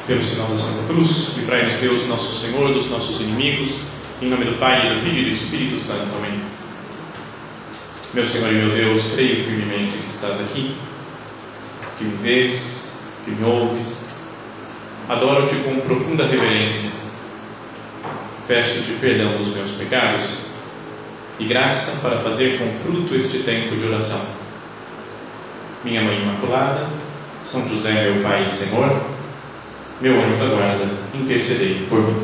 Pelo sinal da Santa Cruz, livrai-nos Deus, nosso Senhor, dos nossos inimigos, em nome do Pai, do Filho e do Espírito Santo. Amém. Meu Senhor e meu Deus, creio firmemente que estás aqui, que me vês, que me ouves. Adoro-te com profunda reverência. Peço-te perdão dos meus pecados e graça para fazer com fruto este tempo de oração. Minha Mãe Imaculada, São José, meu Pai e Senhor, meu anjo da guarda, intercedei por mim.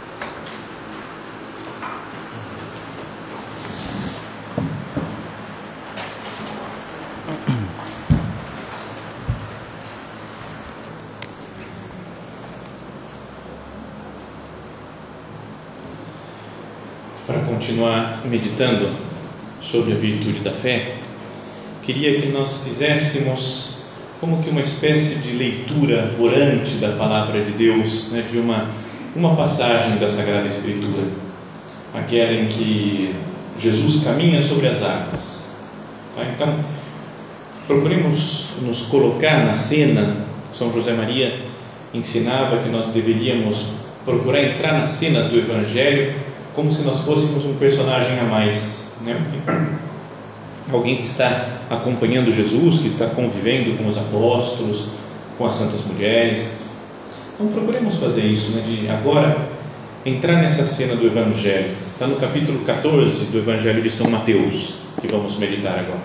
Para continuar meditando sobre a virtude da fé, queria que nós fizéssemos como que uma espécie de leitura orante da palavra de Deus, de uma passagem da Sagrada Escritura, aquela em que Jesus caminha sobre as águas. Então, procuremos nos colocar na cena. São José Maria ensinava que nós deveríamos procurar entrar nas cenas do Evangelho como se nós fôssemos um personagem a mais, alguém que está acompanhando Jesus, que está convivendo com os apóstolos, com as santas mulheres. Então procuremos fazer isso, de agora entrar nessa cena do Evangelho. Está no capítulo 14 do Evangelho de São Mateus, que vamos meditar agora.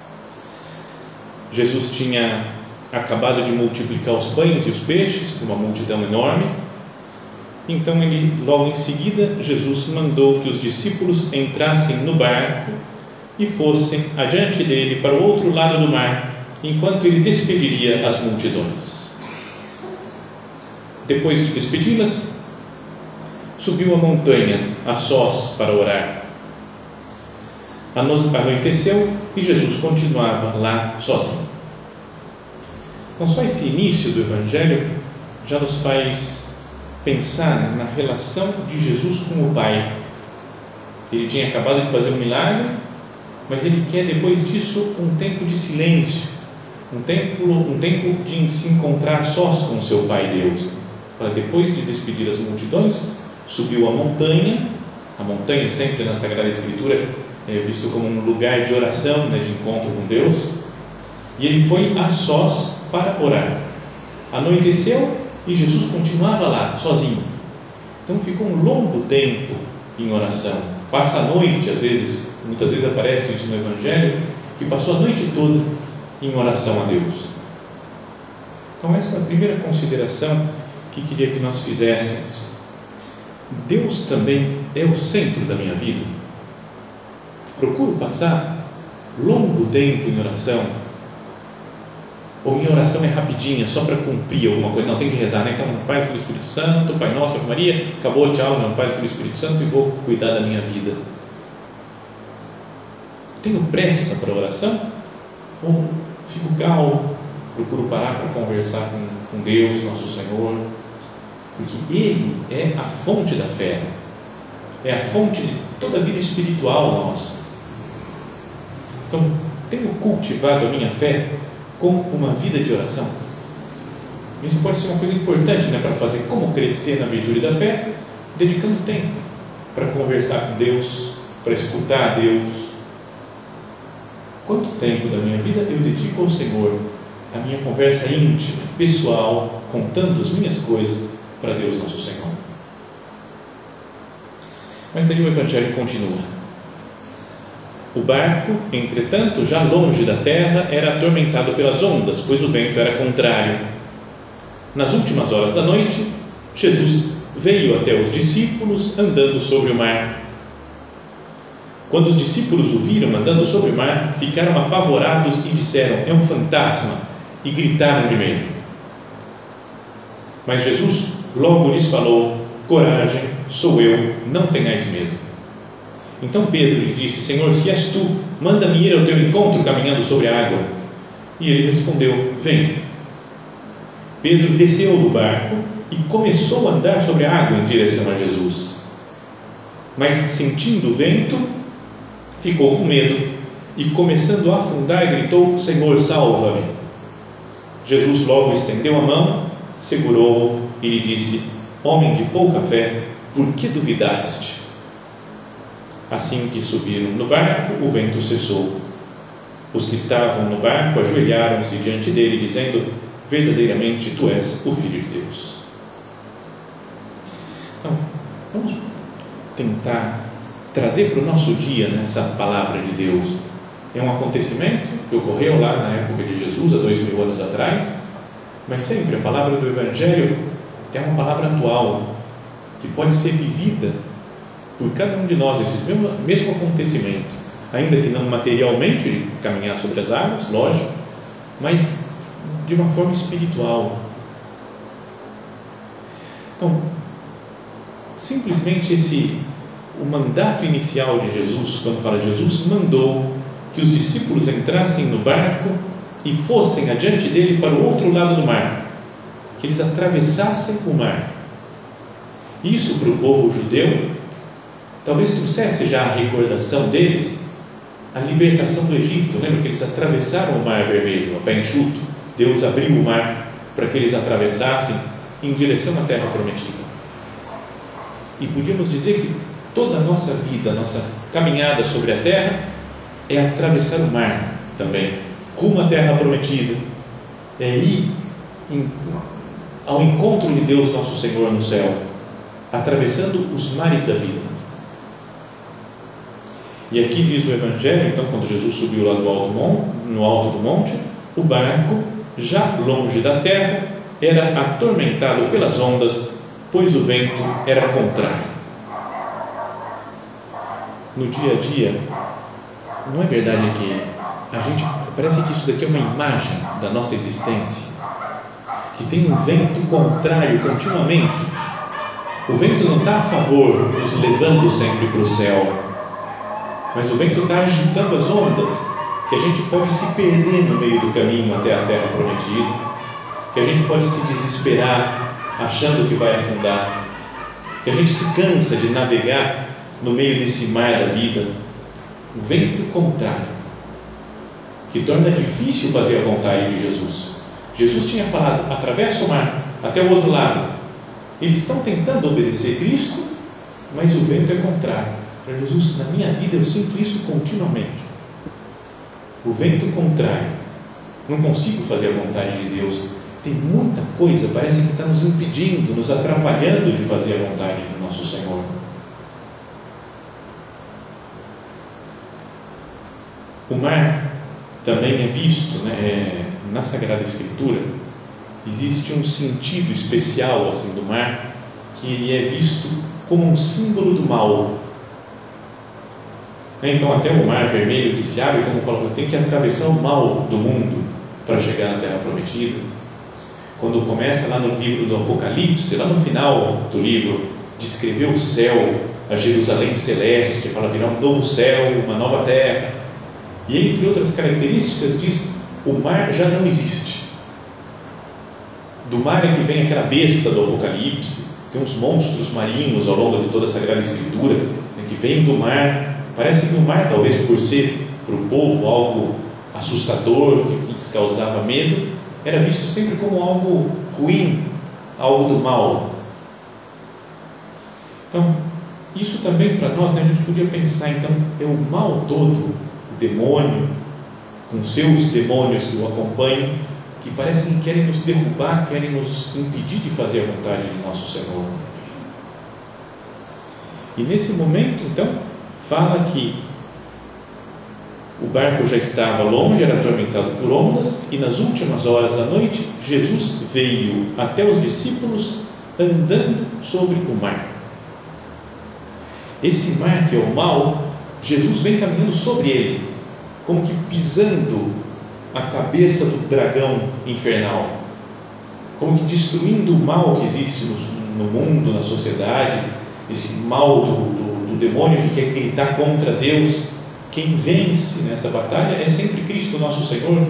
Jesus tinha acabado de multiplicar os pães e os peixes para uma multidão enorme. Então logo em seguida, Jesus mandou que os discípulos entrassem no barco e fossem adiante dele para o outro lado do mar, enquanto ele despediria as multidões. Depois de despedi-las, subiu a montanha a sós para orar. Anoiteceu e Jesus continuava lá sozinho. Então, só esse início do Evangelho já nos faz pensar na relação de Jesus com o Pai. Ele tinha acabado de fazer um milagre, mas ele quer depois disso um tempo de silêncio, um tempo de se encontrar sós com o seu Pai Deus. Depois de despedir as multidões, subiu a montanha sempre na Sagrada Escritura é visto como um lugar de oração, de encontro com Deus, e ele foi a sós para orar. Anoiteceu e Jesus continuava lá, sozinho. Então ficou um longo tempo em oração. Passa a noite, muitas vezes aparece isso no Evangelho, que passou a noite toda em oração a Deus. Então essa é a primeira consideração que queria que nós fizéssemos. Deus também é o centro da minha vida. Procuro passar longo tempo em oração, ou minha oração é rapidinha, só para cumprir alguma coisa. Não, tem que rezar, Então, Pai, Filho e Espírito Santo, Pai Nosso, Ave Maria, acabou, tchau, meu Pai, Filho e Espírito Santo, e vou cuidar da minha vida. Tenho pressa para a oração? Ou fico calmo, procuro parar para conversar com Deus, nosso Senhor? Porque Ele é a fonte da fé, é a fonte de toda a vida espiritual nossa. Então, tenho cultivado a minha fé com uma vida de oração. Isso pode ser uma coisa importante, para fazer. Como crescer na virtude da fé? Dedicando tempo para conversar com Deus, para escutar a Deus. Quanto tempo da minha vida eu dedico ao Senhor, a minha conversa íntima, pessoal, contando as minhas coisas para Deus nosso Senhor? Mas daí o Evangelho continua. O barco, entretanto, já longe da terra, era atormentado pelas ondas, pois o vento era contrário. Nas últimas horas da noite, Jesus veio até os discípulos andando sobre o mar. Quando os discípulos o viram andando sobre o mar, ficaram apavorados e disseram: é um fantasma, e gritaram de medo. Mas Jesus logo lhes falou: coragem, sou eu, não tenhais medo. Então Pedro lhe disse: Senhor, se és tu, manda-me ir ao teu encontro caminhando sobre a água. E ele respondeu: vem. Pedro desceu do barco e começou a andar sobre a água em direção a Jesus. Mas, sentindo o vento, ficou com medo e, começando a afundar, gritou: Senhor, salva-me. Jesus logo estendeu a mão, segurou-o e lhe disse: Homem de pouca fé, por que duvidaste? Assim que subiram no barco, o vento cessou. Os que estavam no barco ajoelharam-se diante dele, dizendo: verdadeiramente tu és o Filho de Deus. Então, vamos tentar trazer para o nosso dia nessa palavra de Deus. É um acontecimento que ocorreu lá na época de Jesus, há 2000 anos atrás, mas sempre a palavra do Evangelho é uma palavra atual, que pode ser vivida por cada um de nós, esse mesmo acontecimento, ainda que não materialmente, de caminhar sobre as águas, lógico, mas de uma forma espiritual. Então, simplesmente o mandato inicial de Jesus, quando fala Jesus, mandou que os discípulos entrassem no barco e fossem adiante dele para o outro lado do mar, que eles atravessassem o mar. Isso para o povo judeu talvez trouxesse já a recordação deles a libertação do Egito. Lembra que eles atravessaram o Mar Vermelho a pé enxuto? Deus abriu o mar para que eles atravessassem em direção à terra prometida. E podíamos dizer que toda a nossa vida, a nossa caminhada sobre a terra é atravessar o mar também, rumo à terra prometida, é ir ao encontro de Deus nosso Senhor no céu, atravessando os mares da vida. E aqui diz o Evangelho, então, quando Jesus subiu lá no alto do monte, o barco, já longe da terra, era atormentado pelas ondas, pois o vento era contrário. No dia a dia, não é verdade que parece que isso daqui é uma imagem da nossa existência, que tem um vento contrário continuamente. O vento não está a favor, nos levando sempre para o céu, mas o vento está agitando as ondas, que a gente pode se perder no meio do caminho até a terra prometida, que a gente pode se desesperar achando que vai afundar, que a gente se cansa de navegar no meio desse mar da vida. O vento contrário, que torna difícil fazer a vontade de Jesus. Jesus tinha falado: atravessa o mar até o outro lado. Eles estão tentando obedecer Cristo, mas o vento é contrário. Para Jesus, na minha vida eu sinto isso continuamente. O vento contrário. Não consigo fazer a vontade de Deus. Tem muita coisa, parece que está nos impedindo, nos atrapalhando de fazer a vontade do nosso Senhor. O mar também é visto, na Sagrada Escritura, existe um sentido especial assim, do mar, que ele é visto como um símbolo do mal. Então até o Mar Vermelho que se abre, como fala, tem que atravessar o mal do mundo para chegar na Terra Prometida. Quando começa lá no livro do Apocalipse, lá no final do livro, descrever o céu, a Jerusalém celeste, fala virá um novo céu, uma nova terra, e entre outras características diz: o mar já não existe. Do mar é que vem aquela besta do Apocalipse, tem uns monstros marinhos ao longo de toda a Sagrada Escritura, que vem do mar. Parece que o mar, talvez por ser para o povo algo assustador, que lhes causava medo, era visto sempre como algo ruim, algo do mal. Então, isso também para nós, a gente podia pensar, então, é o mal todo, o demônio, com seus demônios que o acompanham, que parecem que querem nos derrubar, querem nos impedir de fazer a vontade de nosso Senhor. E nesse momento, então, fala que o barco já estava longe, era atormentado por ondas, e nas últimas horas da noite, Jesus veio até os discípulos andando sobre o mar. Esse mar que é o mal, Jesus vem caminhando sobre ele, como que pisando a cabeça do dragão infernal, como que destruindo o mal que existe no mundo, na sociedade, esse mal do demônio que quer gritar contra Deus. Quem vence nessa batalha é sempre Cristo nosso Senhor,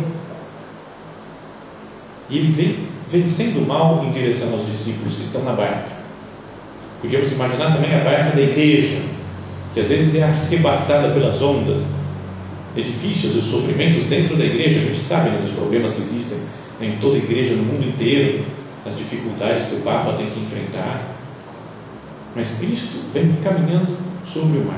e ele vem vencendo o mal em direção aos discípulos que estão na barca. Podíamos imaginar também a barca da igreja, que às vezes é arrebatada pelas ondas. É difícil, os sofrimentos dentro da igreja, a gente sabe dos problemas que existem em toda a igreja, no mundo inteiro, as dificuldades que o Papa tem que enfrentar, mas Cristo vem caminhando sobre o mar.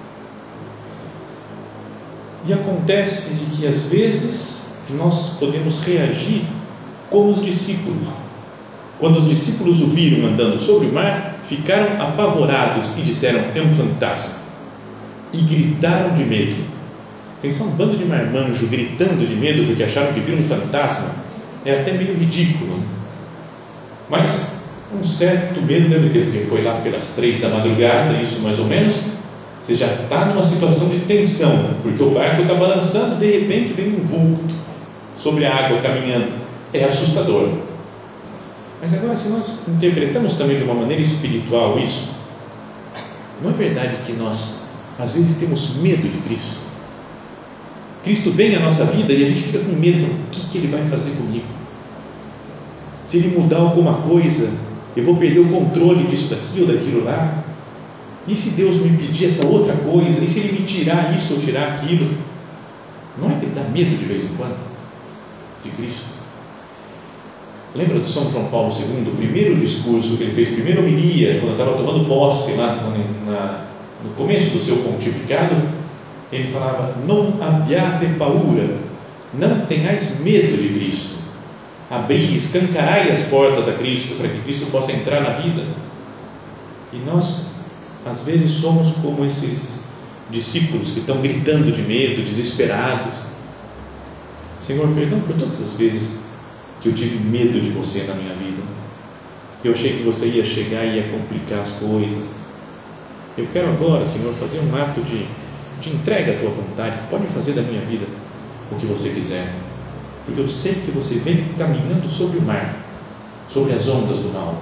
E acontece de que às vezes nós podemos reagir como os discípulos. Quando os discípulos o viram andando sobre o mar, ficaram apavorados e disseram: é um fantasma, e gritaram de medo. Pensar um bando de marmanjo gritando de medo porque acharam que viram um fantasma é até meio ridículo, né? Mas um certo medo deve ter, porque foi lá pelas 3 da madrugada, isso mais ou menos. Você já está numa situação de tensão, porque o barco está balançando, de repente vem um vulto sobre a água caminhando. É assustador. Mas agora, se nós interpretamos também de uma maneira espiritual isso, não é verdade que nós às vezes temos medo de Cristo? Cristo vem à nossa vida e a gente fica com medo, falando: o que ele vai fazer comigo? Se ele mudar alguma coisa, eu vou perder o controle disso daqui ou daquilo lá? E se Deus me pedir essa outra coisa? E se ele me tirar isso ou tirar aquilo? Não é que dá medo de vez em quando de Cristo? Lembra de São João Paulo II, o primeiro discurso que ele fez, a primeira homilia, quando estava tomando posse lá no começo do seu pontificado? Ele falava: non abbiate paura, não tenhais medo de Cristo. Abri, escancarai as portas a Cristo, para que Cristo possa entrar na vida. E nós às vezes somos como esses discípulos que estão gritando de medo, desesperados. Senhor, perdão por todas as vezes que eu tive medo de você na minha vida. Eu achei que você ia chegar e ia complicar as coisas. Eu quero agora, Senhor, fazer um ato de entrega à tua vontade. Pode fazer da minha vida o que você quiser, porque eu sei que você vem caminhando sobre o mar, sobre as ondas do mal.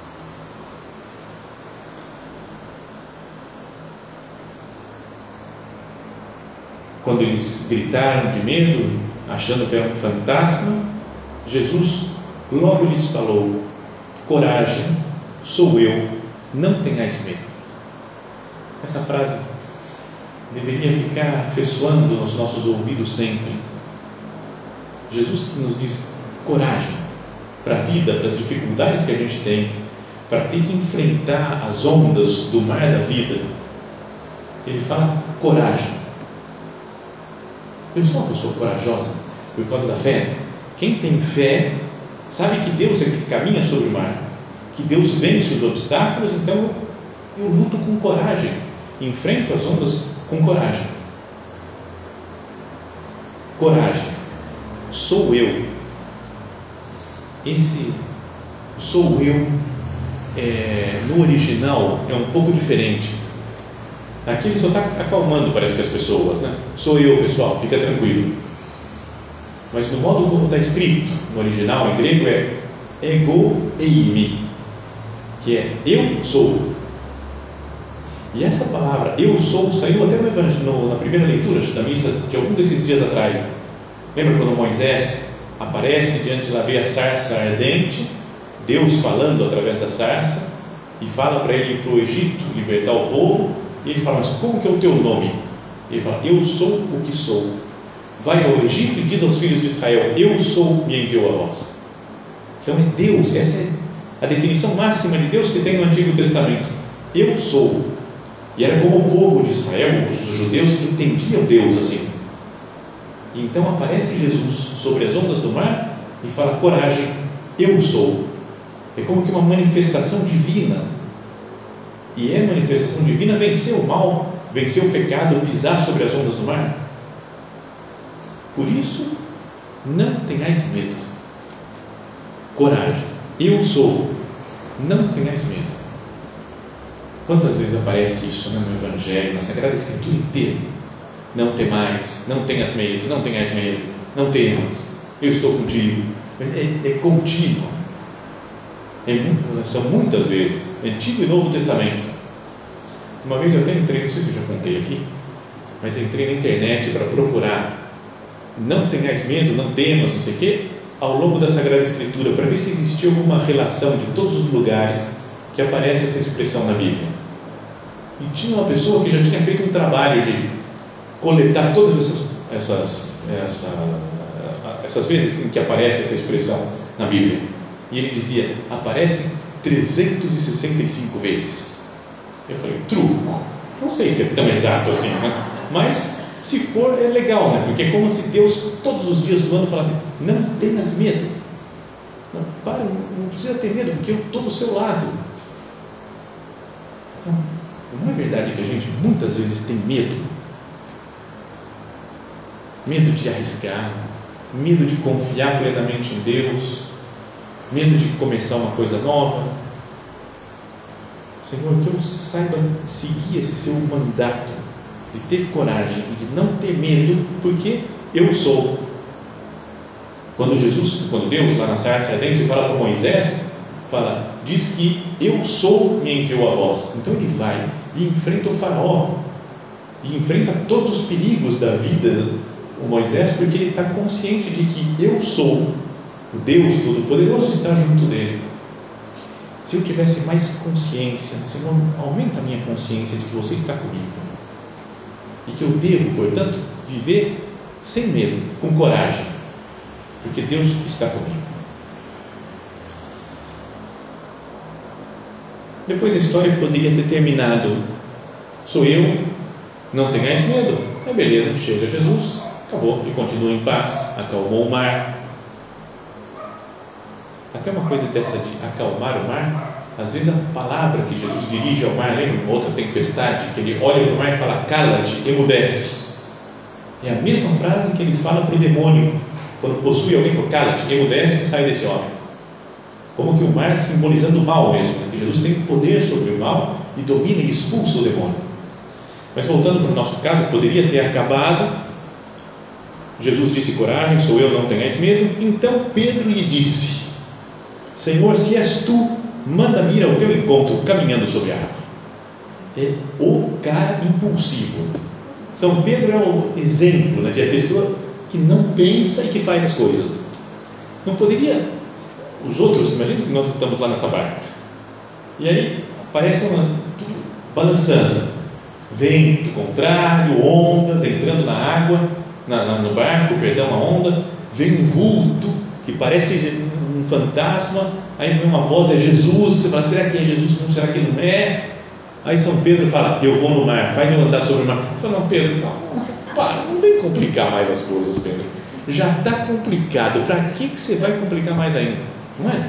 Quando eles gritaram de medo, achando que era um fantasma, Jesus logo lhes falou: coragem, sou eu, não tenhais medo. Essa frase deveria ficar ressoando nos nossos ouvidos sempre. Jesus que nos diz coragem para a vida, para as dificuldades que a gente tem, para ter que enfrentar as ondas do mar da vida. Ele fala coragem. Eu sou uma pessoa corajosa por causa da fé. Quem tem fé sabe que Deus é que caminha sobre o mar, que Deus vence os obstáculos. Então eu luto com coragem, enfrento as ondas com coragem. Coragem, sou eu. Esse sou eu no original é um pouco diferente. Aqui ele só está acalmando, parece que as pessoas, né? Sou eu, pessoal, fica tranquilo. Mas no modo como está escrito no original em grego é ego eimi, que é eu sou. E essa palavra eu sou saiu até na primeira leitura da missa de algum desses dias atrás. Lembra quando Moisés aparece diante lá, vê a sarça ardente, Deus falando através da sarça, e fala para ele ir para o Egito libertar o povo, e ele fala: mas como que é o teu nome? Ele fala: eu sou o que sou. Vai ao Egito e diz aos filhos de Israel: eu sou, me enviou a vós. Então é Deus, essa é a definição máxima de Deus que tem no Antigo Testamento. Eu sou. E era como o povo de Israel, os judeus, entendiam Deus assim. E então aparece Jesus sobre as ondas do mar e fala: coragem, eu sou. É como que uma manifestação divina. E é manifestação divina vencer o mal, vencer o pecado, pisar sobre as ondas do mar. Por isso, não tenhais medo. Coragem, eu sou. Não tenhais medo. Quantas vezes aparece isso, né, no Evangelho, na Sagrada Escritura inteira? Não temais, não tenhas medo, não tenhais medo, não temas, eu estou contigo. Mas é contínuo. São muitas vezes, Antigo e Novo Testamento. Uma vez eu até entrei, não sei se eu já contei aqui, mas entrei na internet para procurar não tenhais medo, não temas, não sei o quê, ao longo da Sagrada Escritura, para ver se existia alguma relação de todos os lugares que aparece essa expressão na Bíblia. E tinha uma pessoa que já tinha feito um trabalho de coletar todas essas vezes em que aparece essa expressão na Bíblia. E ele dizia: aparece 365 vezes. Eu falei: truco. Não sei se é tão exato assim, né? Mas se for, é legal, né? Porque é como se Deus todos os dias do ano falasse: não tenhas medo, não precisa ter medo, porque eu estou do seu lado. Então, não é verdade que a gente muitas vezes tem medo de arriscar, medo de confiar plenamente em Deus, medo de começar uma coisa nova? Senhor, que eu saiba seguir esse seu mandato de ter coragem e de não ter medo, porque eu sou. Quando Deus lá na sarça ardente fala para Moisés, diz que eu sou, me enviou a vós. Então ele vai e enfrenta o faraó e enfrenta todos os perigos da vida, o Moisés, porque ele está consciente de que eu sou, o Deus Todo-Poderoso está junto dele. Se eu tivesse mais consciência, Senhor, aumenta a minha consciência de que você está comigo e que eu devo, portanto, viver sem medo, com coragem, porque Deus está comigo. Depois a história poderia ter terminado: sou eu, não tenhais medo. Beleza, chega Jesus, acabou, e continua em paz, acalmou o mar. Até uma coisa dessa de acalmar o mar, às vezes a palavra que Jesus dirige ao mar, lembra uma outra tempestade, que ele olha para o mar e fala: cala-te, emudece. É a mesma frase que ele fala para o demônio, quando possui alguém, fala: cala-te, emudece e sai desse homem. Como que o mar simbolizando o mal mesmo, né? Que Jesus tem poder sobre o mal e domina e expulsa o demônio. Mas voltando para o nosso caso, poderia ter acabado. Jesus disse: coragem, sou eu, não tenhais medo. Então Pedro lhe disse: Senhor, se és tu, manda-me ir ao teu encontro caminhando sobre a água. É o cara impulsivo. São Pedro é o exemplo, né, de a pessoa que não pensa e que faz as coisas. Não poderia os outros, imagina que nós estamos lá nessa barca e aí aparece tudo balançando, vento contrário, ondas entrando na água, no barco, perdão, a onda, vem um vulto que parece um fantasma, aí vem uma voz: é Jesus. Você fala: será que é Jesus? Não, será que não é? Aí São Pedro fala: eu vou no mar, faz eu andar sobre o mar. Você fala: não, Pedro, calma, para, não vem complicar mais as coisas, Pedro, já está complicado, para que você vai complicar mais ainda? Não é?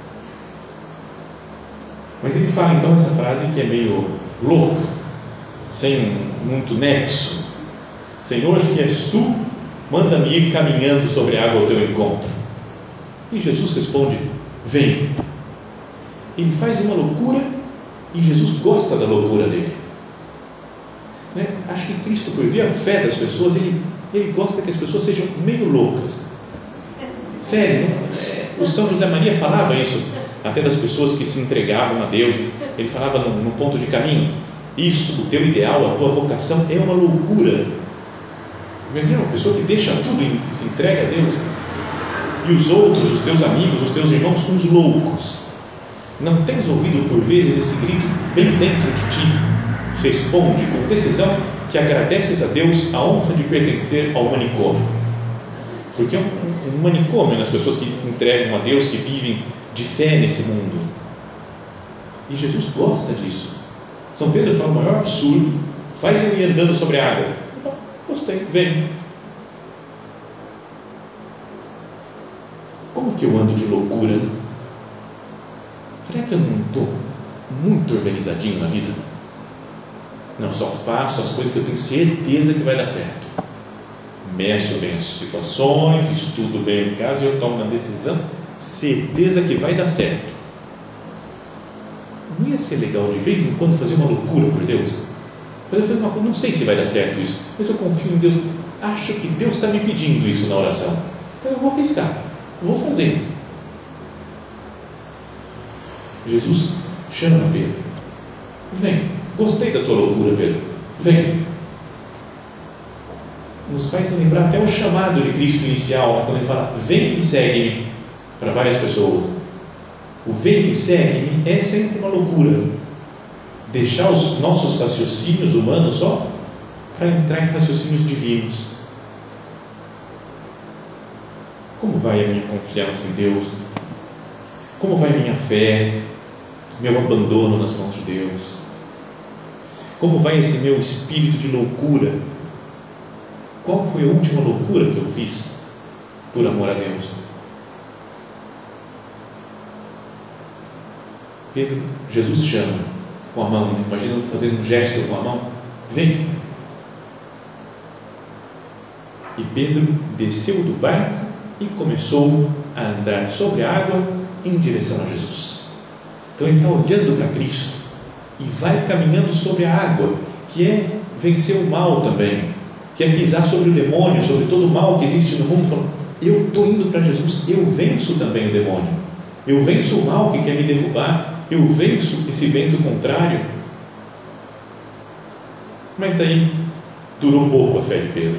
Mas ele fala então essa frase que é meio louca, sem muito nexo: Senhor, se és tu, manda-me ir caminhando sobre a água ao teu encontro. E Jesus responde: vem. Ele faz uma loucura e Jesus gosta da loucura dele, né? Acho que Cristo, por ver a fé das pessoas, ele gosta que as pessoas sejam meio loucas. Sério, o São José Maria falava isso até das pessoas que se entregavam a Deus. Ele falava no ponto de caminho: isso, o teu ideal, a tua vocação é uma loucura. Imagina uma pessoa que deixa tudo e se entrega a Deus, e os outros, os teus amigos, os teus irmãos, uns loucos. Não tens ouvido por vezes esse grito bem dentro de ti? Responde com decisão que agradeces a Deus a honra de pertencer ao manicômio, porque é um manicômio nas pessoas que se entregam a Deus, que vivem de fé nesse mundo. E Jesus gosta disso. São Pedro fala: o maior absurdo, faz eu ir andando sobre a água. Eu falo: gostei, vem. Como que eu ando de loucura? Será que eu não estou muito organizadinho na vida? Não, só faço as coisas que eu tenho certeza que vai dar certo. Meço bem as situações, estudo bem o caso e eu tomo uma decisão, certeza que vai dar certo. Não ia ser legal de vez em quando fazer uma loucura por Deus? Fazer uma coisa, não sei se vai dar certo isso, mas eu confio em Deus, acho que Deus está me pedindo isso na oração, então eu vou arriscar, eu vou fazer. Jesus chama Pedro: vem, gostei da tua loucura, Pedro, vem. Nos faz lembrar até o chamado de Cristo inicial, quando ele fala: vem e segue-me, para várias pessoas. O vem e segue-me é sempre uma loucura, deixar os nossos raciocínios humanos só para entrar em raciocínios divinos. Como vai a minha confiança em Deus? Como vai minha fé, meu abandono nas mãos de Deus? Como vai esse meu espírito de loucura? Qual foi a última loucura que eu fiz por amor a Deus? Pedro, Jesus chama com a mão, né? Imagina fazendo um gesto com a mão, vem. E Pedro desceu do barco e começou a andar sobre a água em direção a Jesus. Então ele está olhando para Cristo e vai caminhando sobre a água, que é vencer o mal também, que é pisar sobre o demônio, sobre todo o mal que existe no mundo, falando, eu estou indo para Jesus, eu venço também o demônio, eu venço o mal que quer me derrubar, eu venço esse vento contrário. Mas daí durou pouco a fé de Pedro,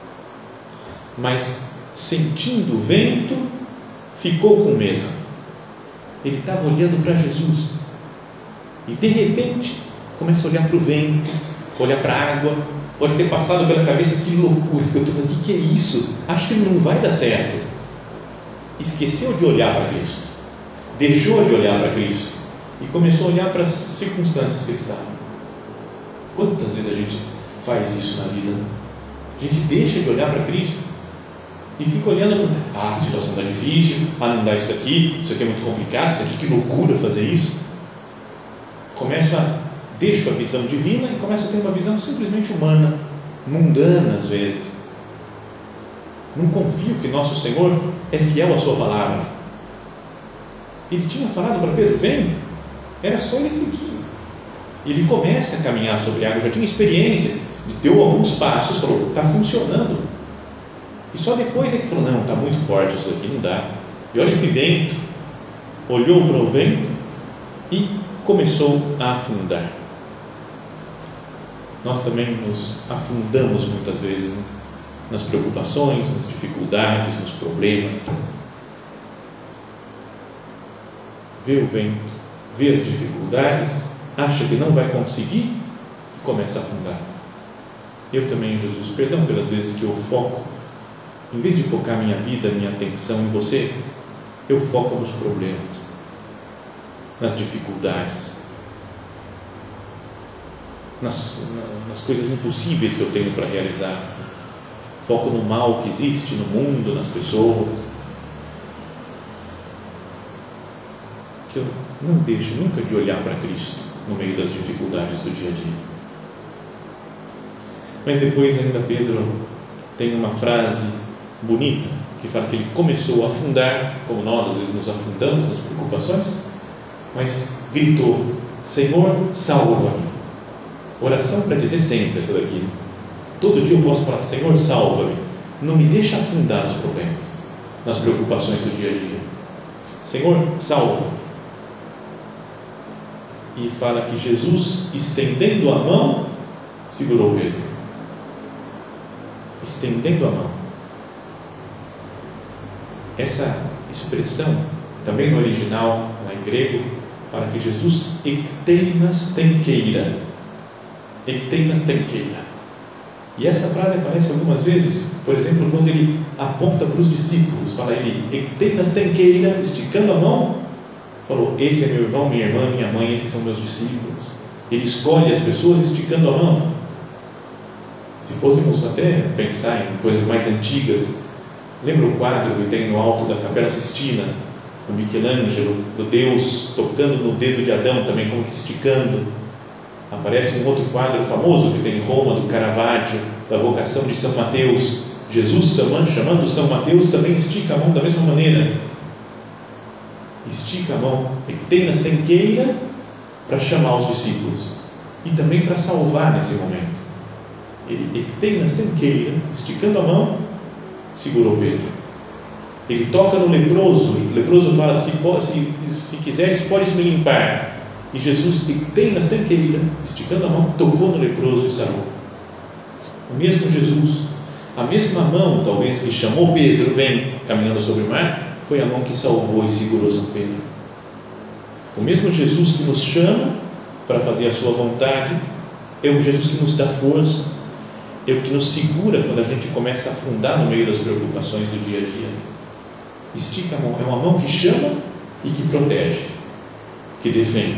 mas sentindo o vento ficou com medo. Ele estava olhando para Jesus e de repente começa a olhar para o vento, olhar para a água, pode ter passado pela cabeça, que loucura que eu estou fazendo, que é isso? Acho que não vai dar certo. Esqueceu de olhar para Cristo, deixou de olhar para Cristo e começou a olhar para as circunstâncias que ele estava. Quantas vezes a gente faz isso na vida? A gente deixa de olhar para Cristo e fica olhando para a situação está difícil, não dá isso daqui, isso aqui é muito complicado, isso aqui, que loucura fazer isso. Deixo a visão divina e começo a ter uma visão simplesmente humana, mundana às vezes. Não confio que nosso Senhor é fiel à sua palavra. Ele tinha falado para Pedro, vem, era só ele seguir. Ele começa a caminhar sobre a água, já tinha experiência, deu alguns passos, falou, está funcionando. E só depois é que falou, não, está muito forte isso daqui, não dá. E olha esse vento. Olhou para o vento e começou a afundar. Nós também nos afundamos muitas vezes, né? Nas preocupações, nas dificuldades, nos problemas. Vê o vento, vê as dificuldades, acha que não vai conseguir e começa a afundar. Eu também, Jesus, perdão pelas vezes que eu foco, em vez de focar minha vida, minha atenção em você, eu foco nos problemas, nas dificuldades, nas coisas impossíveis que eu tenho para realizar. Foco no mal que existe no mundo, nas pessoas. Que eu não deixo nunca de olhar para Cristo no meio das dificuldades do dia a dia. Mas depois ainda Pedro tem uma frase bonita que fala que ele começou a afundar, como nós às vezes nos afundamos nas preocupações, mas gritou, Senhor, salva-me. Oração para dizer sempre essa daqui. Todo dia eu posso falar, Senhor, salva-me. Não me deixa afundar nos problemas, nas preocupações do dia a dia. Senhor, salva. E fala que Jesus, estendendo a mão, segurou Pedro. Estendendo a mão. Essa expressão, também no original, lá em grego, fala que Jesus ekteinas tenkeira. Ekteinas tenkeira. E essa frase aparece algumas vezes, por exemplo, quando ele aponta para os discípulos, fala ele, ekteinas tenkeira, esticando a mão, falou, esse é meu irmão, minha irmã, minha mãe, esses são meus discípulos. Ele escolhe as pessoas esticando a mão. Se fôssemos até pensar em coisas mais antigas, lembra o quadro que tem no alto da Capela Sistina, do Michelangelo, do Deus tocando no dedo de Adão também, como que esticando. Aparece um outro quadro famoso que tem em Roma, do Caravaggio, da vocação de São Mateus. Jesus chamando São Mateus também estica a mão da mesma maneira. Estica a mão, ekteinas tenkeira, para chamar os discípulos e também para salvar nesse momento. Ele, ekteinas tenkeira, esticando a mão, segurou Pedro. Ele toca no leproso, o leproso fala, se quiseres, podes me limpar. E Jesus, ekteinas tenkeira, esticando a mão, tocou no leproso e sarou. O mesmo Jesus, a mesma mão, talvez, que chamou Pedro, vem caminhando sobre o mar, foi a mão que salvou e segurou São Pedro. O mesmo Jesus que nos chama para fazer a sua vontade, é o Jesus que nos dá força, é o que nos segura quando a gente começa a afundar no meio das preocupações do dia a dia. Estica a mão, é uma mão que chama e que protege, que defende.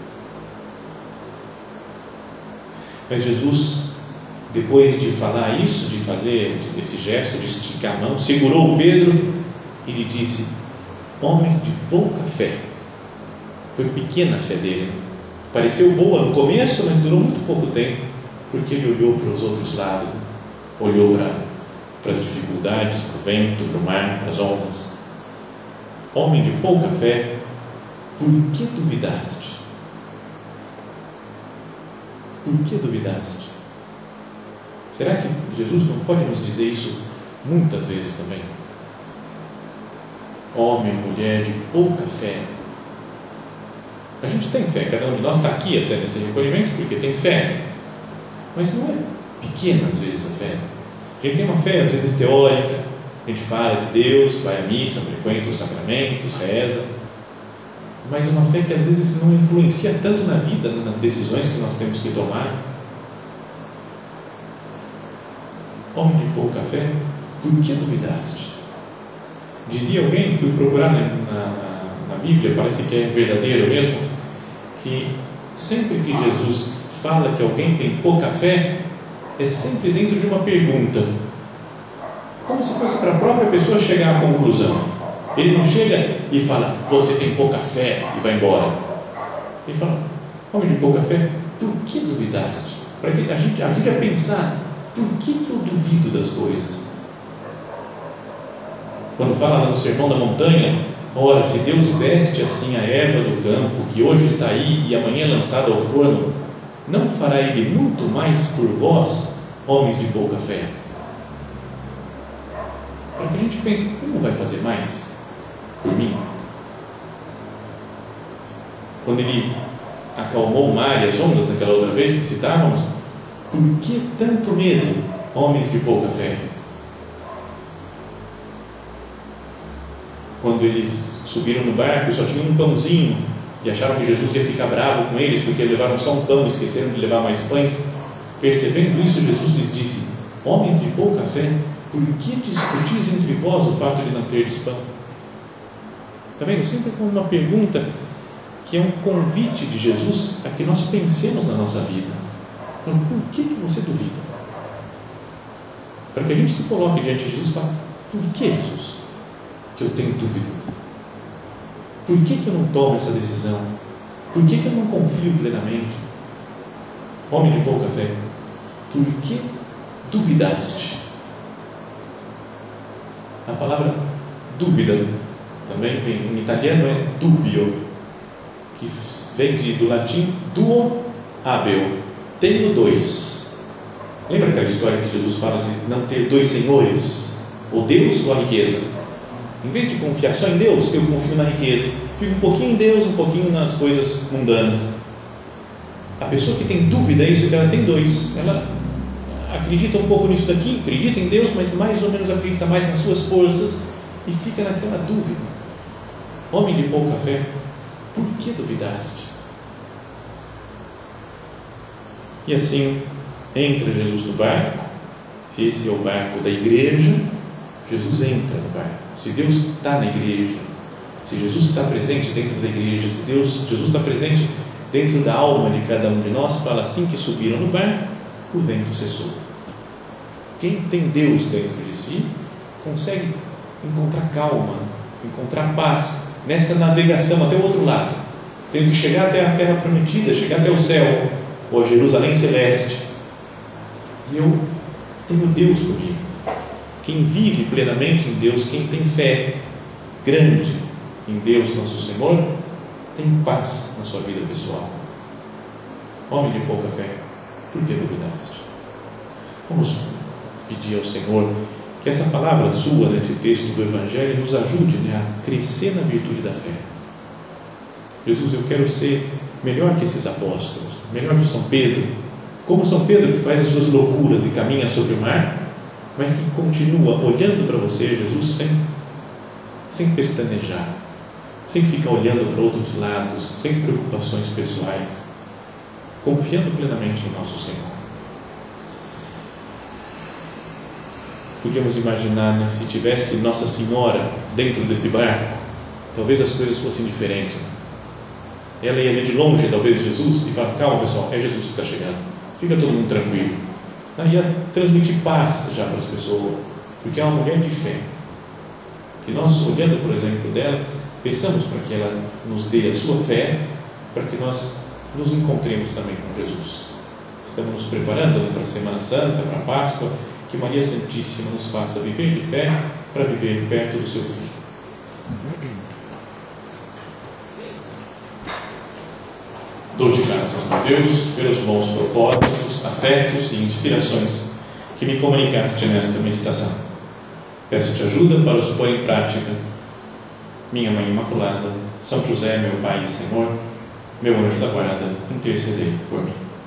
Mas Jesus, depois de falar isso, de fazer esse gesto, de esticar a mão, segurou o Pedro e lhe disse: homem de pouca fé. Foi pequena a fé dele. Pareceu boa no começo, mas durou muito pouco tempo, porque ele olhou para os outros lados, olhou para as dificuldades, para o vento, para o mar, para as ondas. Homem de pouca fé, por que duvidaste? Por que duvidaste? Será que Jesus não pode nos dizer isso muitas vezes também? Homem, mulher de pouca fé. A gente tem fé, cada um de nós está aqui até nesse recolhimento porque tem fé, mas não é pequena às vezes a fé. A gente tem uma fé às vezes teórica, a gente fala de Deus, vai à missa, frequenta os sacramentos, reza, mas uma fé que às vezes não influencia tanto na vida, nas decisões que nós temos que tomar. Homem de pouca fé, por que duvidaste? Dizia alguém, fui procurar na Bíblia, parece que é verdadeiro mesmo, que sempre que Jesus fala que alguém tem pouca fé, é sempre dentro de uma pergunta, como se fosse para a própria pessoa chegar à conclusão. Ele não chega e fala, você tem pouca fé, e vai embora. Ele fala, homem de pouca fé, por que duvidaste? Para que a gente ajude a pensar, por que eu duvido das coisas? Quando fala lá no Sermão da Montanha, ora, se Deus veste assim a erva do campo, que hoje está aí e amanhã é lançada ao forno, não fará Ele muito mais por vós, homens de pouca fé? Para que a gente pense, Ele não vai fazer mais por mim? Quando Ele acalmou o mar e as ondas naquela outra vez que citávamos, por que tanto medo, homens de pouca fé? Quando eles subiram no barco e só tinham um pãozinho e acharam que Jesus ia ficar bravo com eles porque levaram só um pão e esqueceram de levar mais pães, percebendo isso, Jesus lhes disse, homens de pouca fé, por que discutis entre vós o fato de não terdes pão? Está vendo? Sempre com uma pergunta que é um convite de Jesus a que nós pensemos na nossa vida. Então, por que você duvida? Para que a gente se coloque diante de Jesus e fale, por que, Jesus, que eu tenho dúvida? Por que eu não tomo essa decisão? Por que eu não confio plenamente? Homem de pouca fé, por que duvidaste? A palavra dúvida também vem, em italiano é dubio, que vem do latim duo habeo, tenho dois. Lembra aquela história que Jesus fala de não ter dois senhores, ou Deus ou a riqueza? Em vez de confiar só em Deus, eu confio na riqueza, fico um pouquinho em Deus, um pouquinho nas coisas mundanas. A pessoa que tem dúvida é isso, que ela tem dois, ela acredita um pouco nisso daqui, acredita em Deus, mas mais ou menos acredita mais nas suas forças e fica naquela dúvida. Homem de pouca fé, por que duvidaste? E assim entra Jesus no barco. Se esse é o barco da igreja, Jesus entra no barco. Se Deus está na igreja, se Jesus está presente dentro da igreja, se Jesus está presente dentro da alma de cada um de nós, fala assim que subiram no barco, o vento cessou. Quem tem Deus dentro de si consegue encontrar calma, encontrar paz nessa navegação até o outro lado. Tenho que chegar até a terra prometida, chegar até o céu, ou a Jerusalém celeste, e eu tenho Deus comigo. Quem vive plenamente em Deus, quem tem fé grande em Deus nosso Senhor, tem paz na sua vida pessoal. Homem de pouca fé, por que duvidaste? Vamos pedir ao Senhor que essa palavra sua nesse texto do Evangelho nos ajude, a crescer na virtude da fé. Jesus, eu quero ser melhor que esses apóstolos, melhor que São Pedro, como São Pedro que faz as suas loucuras e caminha sobre o mar, mas que continua olhando para você, Jesus, sem pestanejar, sem ficar olhando para outros lados, sem preocupações pessoais, confiando plenamente em nosso Senhor. Podíamos imaginar, se tivesse Nossa Senhora dentro desse barco, talvez as coisas fossem diferentes. Ela ia ver de longe, talvez, Jesus e falar: calma, pessoal, é Jesus que está chegando, fica todo mundo tranquilo. Ia transmitir paz já para as pessoas, porque é uma mulher de fé. Que nós, olhando por exemplo dela, peçamos para que ela nos dê a sua fé, para que nós nos encontremos também com Jesus. Estamos nos preparando para a Semana Santa, para a Páscoa. Que Maria Santíssima nos faça viver de fé para viver perto do seu Filho. Dou-te graças, meu Deus, pelos bons propósitos, afetos e inspirações que me comunicaste nesta meditação. Peço-te ajuda para os pôr em prática. Minha Mãe Imaculada, São José, meu Pai e Senhor, meu anjo da guarda, intercedei por mim.